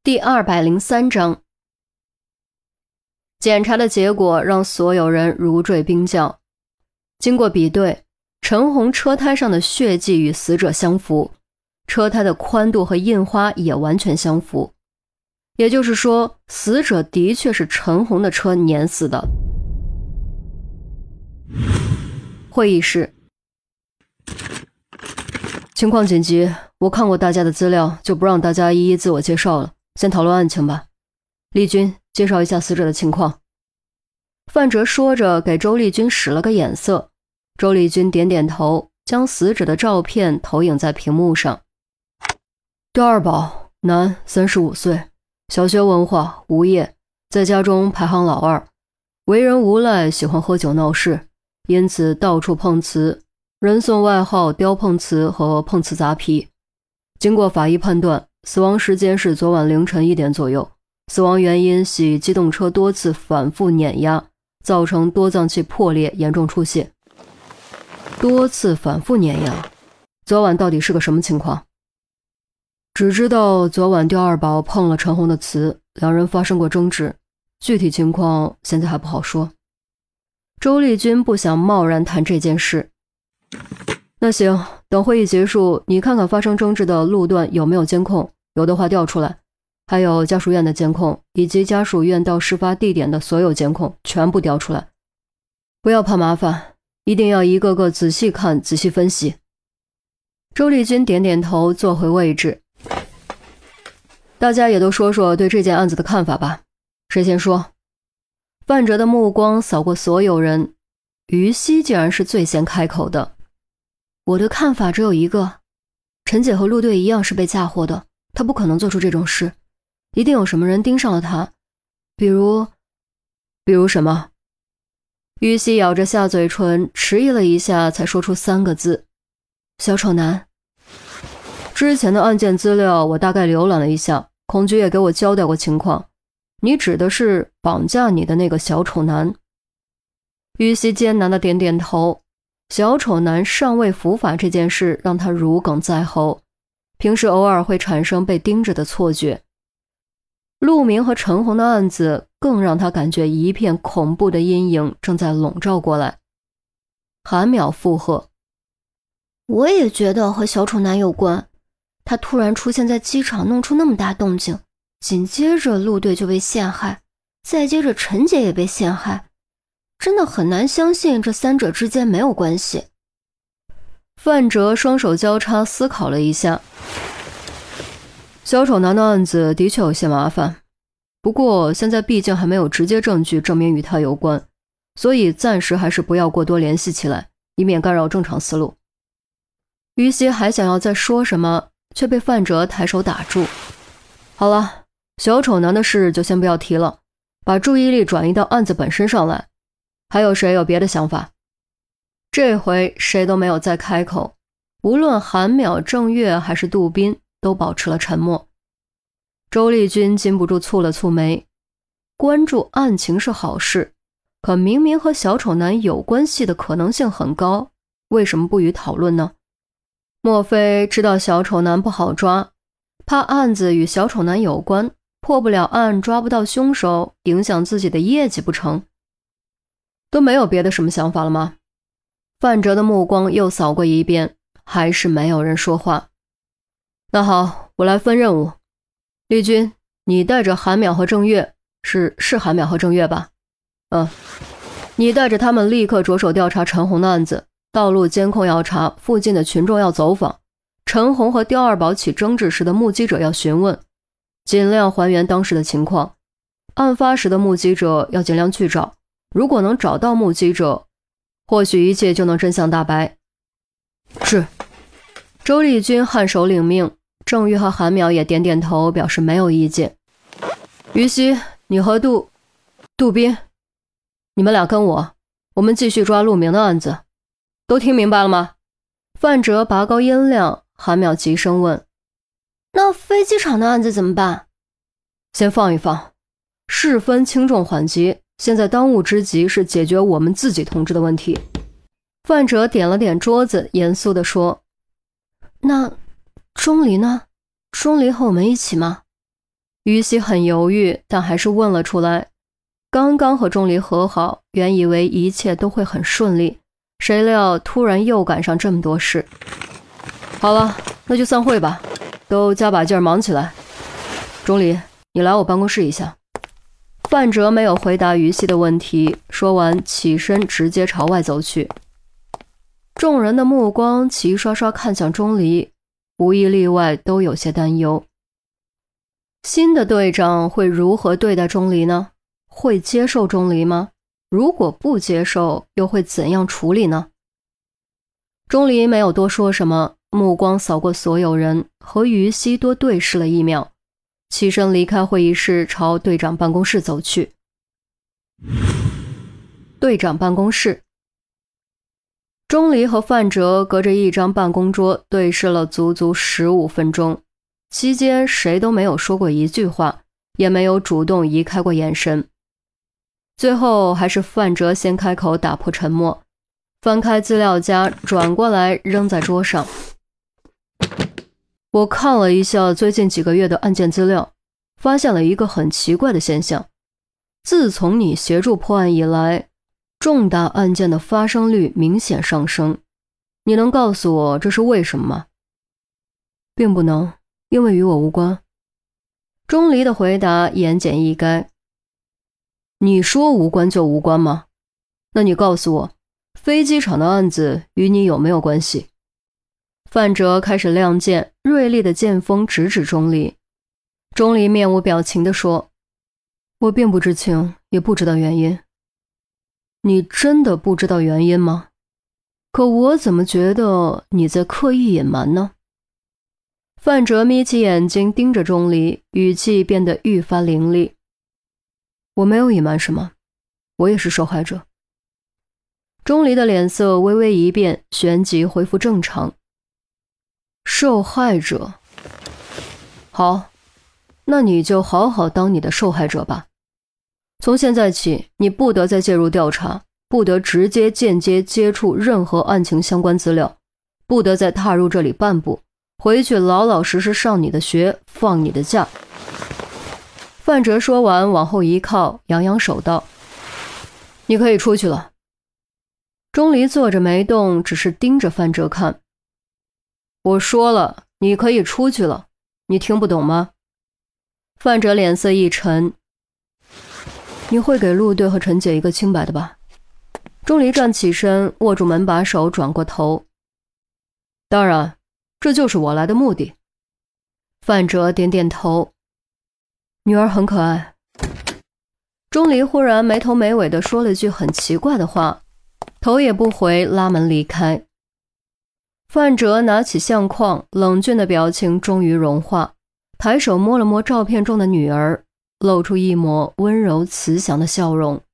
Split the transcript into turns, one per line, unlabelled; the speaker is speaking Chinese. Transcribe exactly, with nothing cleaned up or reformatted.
第二百零三章。检查的结果让所有人如坠冰窖。经过比对，陈红车胎上的血迹与死者相符，车胎的宽度和印花也完全相符。也就是说，死者的确是陈红的车碾死的。会议室，情况紧急，我看过大家的资料，就不让大家一一自我介绍了，先讨论案情吧。丽君，介绍一下死者的情况。范哲说着给周丽君使了个眼色，周丽君点点头，将死者的照片投影在屏幕上。刁二宝，男，三十五岁，小学文化，无业，在家中排行老二，为人无赖，喜欢喝酒闹事，因此到处碰瓷，人送外号刁碰瓷和碰瓷砸皮。经过法医判断，死亡时间是昨晚凌晨一点左右，死亡原因系机动车多次反复碾压，造成多脏器破裂，严重出血。多次反复碾压，昨晚到底是个什么情况？只知道昨晚刁二宝碰了陈红的瓷，两人发生过争执，具体情况现在还不好说。周丽君不想贸然谈这件事。那行，等会议结束，你看看发生争执的路段有没有监控，有的话调出来，还有家属院的监控，以及家属院到事发地点的所有监控全部调出来。不要怕麻烦，一定要一个个仔细看，仔细分析。周丽君点点头，坐回位置。大家也都说说对这件案子的看法吧。谁先说？范哲的目光扫过所有人，于西竟然是最先开口的。我的看法只有一个，陈姐和陆队一样是被嫁祸的，她不可能做出这种事，一定有什么人盯上了她，比如……比如什么？于西咬着下嘴唇，迟疑了一下，才说出三个字：小丑男。之前的案件资料我大概浏览了一下，孔局也给我交代过情况，你指的是绑架你的那个小丑男。于西艰难的点点头，小丑男尚未伏法这件事让他如鲠在喉，平时偶尔会产生被盯着的错觉。陆明和陈红的案子更让他感觉一片恐怖的阴影正在笼罩过来。韩淼附和：
我也觉得和小丑男有关，他突然出现在机场，弄出那么大动静，紧接着陆队就被陷害，再接着陈姐也被陷害，真的很难相信这三者之间没有关系。
范哲双手交叉思考了一下，小丑男的案子的确有些麻烦，不过现在毕竟还没有直接证据证明与他有关，所以暂时还是不要过多联系起来，以免干扰正常思路。于西还想要再说什么，却被范哲抬手打住。好了，小丑男的事就先不要提了，把注意力转移到案子本身上来。还有谁有别的想法？这回谁都没有再开口，无论韩淼、郑月还是杜斌都保持了沉默。周丽君禁不住蹙了蹙眉，关注案情是好事，可明明和小丑男有关系的可能性很高，为什么不予讨论呢？莫非知道小丑男不好抓，怕案子与小丑男有关，破不了案，抓不到凶手，影响自己的业绩不成？都没有别的什么想法了吗？范哲的目光又扫过一遍，还是没有人说话。那好，我来分任务。丽君，你带着韩淼和郑月，是是韩淼和郑月吧？嗯，你带着他们立刻着手调查陈红的案子，道路监控要查，附近的群众要走访，陈红和刁二宝起争执时的目击者要询问，尽量还原当时的情况。案发时的目击者要尽量去找，如果能找到目击者，或许一切就能真相大白。是。周丽君颔首领命，郑玉和韩淼也点点头，表示没有意见。于西，你和杜杜斌，你们俩跟我，我们继续抓陆明的案子。都听明白了吗？范哲拔高音量，韩淼急声问：
那飞机场的案子怎么办？
先放一放，事分轻重缓急，现在当务之急是解决我们自己同志的问题。范哲点了点桌子，严肃地说：
那钟离呢？钟离和我们一起吗？
于西很犹豫，但还是问了出来。刚刚和钟离和好，原以为一切都会很顺利，谁料突然又赶上这么多事。好了，那就散会吧，都加把劲儿忙起来。钟离，你来我办公室一下。范哲没有回答于西的问题，说完起身直接朝外走去。众人的目光齐刷刷看向钟离，无一例外都有些担忧。新的队长会如何对待钟离呢？会接受钟离吗？如果不接受，又会怎样处理呢？钟离没有多说什么，目光扫过所有人，和于西多对视了一秒，起身离开会议室，朝队长办公室走去。队长办公室，钟离和范哲隔着一张办公桌对视了足足十五分钟，期间谁都没有说过一句话，也没有主动移开过眼神。最后还是范哲先开口打破沉默，翻开资料夹，转过来扔在桌上。我看了一下最近几个月的案件资料，发现了一个很奇怪的现象。自从你协助破案以来，重大案件的发生率明显上升。你能告诉我这是为什么吗？并不能，因为与我无关。钟离的回答言简意赅。你说无关就无关吗？那你告诉我，飞机场的案子与你有没有关系？范哲开始亮剑，锐利的剑锋直指钟离。钟离面无表情地说，我并不知情，也不知道原因。你真的不知道原因吗？可我怎么觉得你在刻意隐瞒呢？范哲眯起眼睛盯着钟离，语气变得愈发凌厉。我没有隐瞒什么，我也是受害者。钟离的脸色微微一变，旋即恢复正常。受害者？好，那你就好好当你的受害者吧。从现在起，你不得再介入调查，不得直接间接接触任何案情相关资料，不得再踏入这里半步，回去老老实实上你的学，放你的假。范哲说完往后一靠，扬扬手道，你可以出去了。钟离坐着没动，只是盯着范哲看。我说了，你可以出去了，你听不懂吗？范哲脸色一沉，你会给陆队和陈姐一个清白的吧？钟离站起身，握住门把手，转过头。当然，这就是我来的目的。范哲点点头。女儿很可爱。钟离忽然没头没尾地说了一句很奇怪的话，头也不回拉门离开。范哲拿起相框，冷峻的表情终于融化，抬手摸了摸照片中的女儿，露出一抹温柔慈祥的笑容。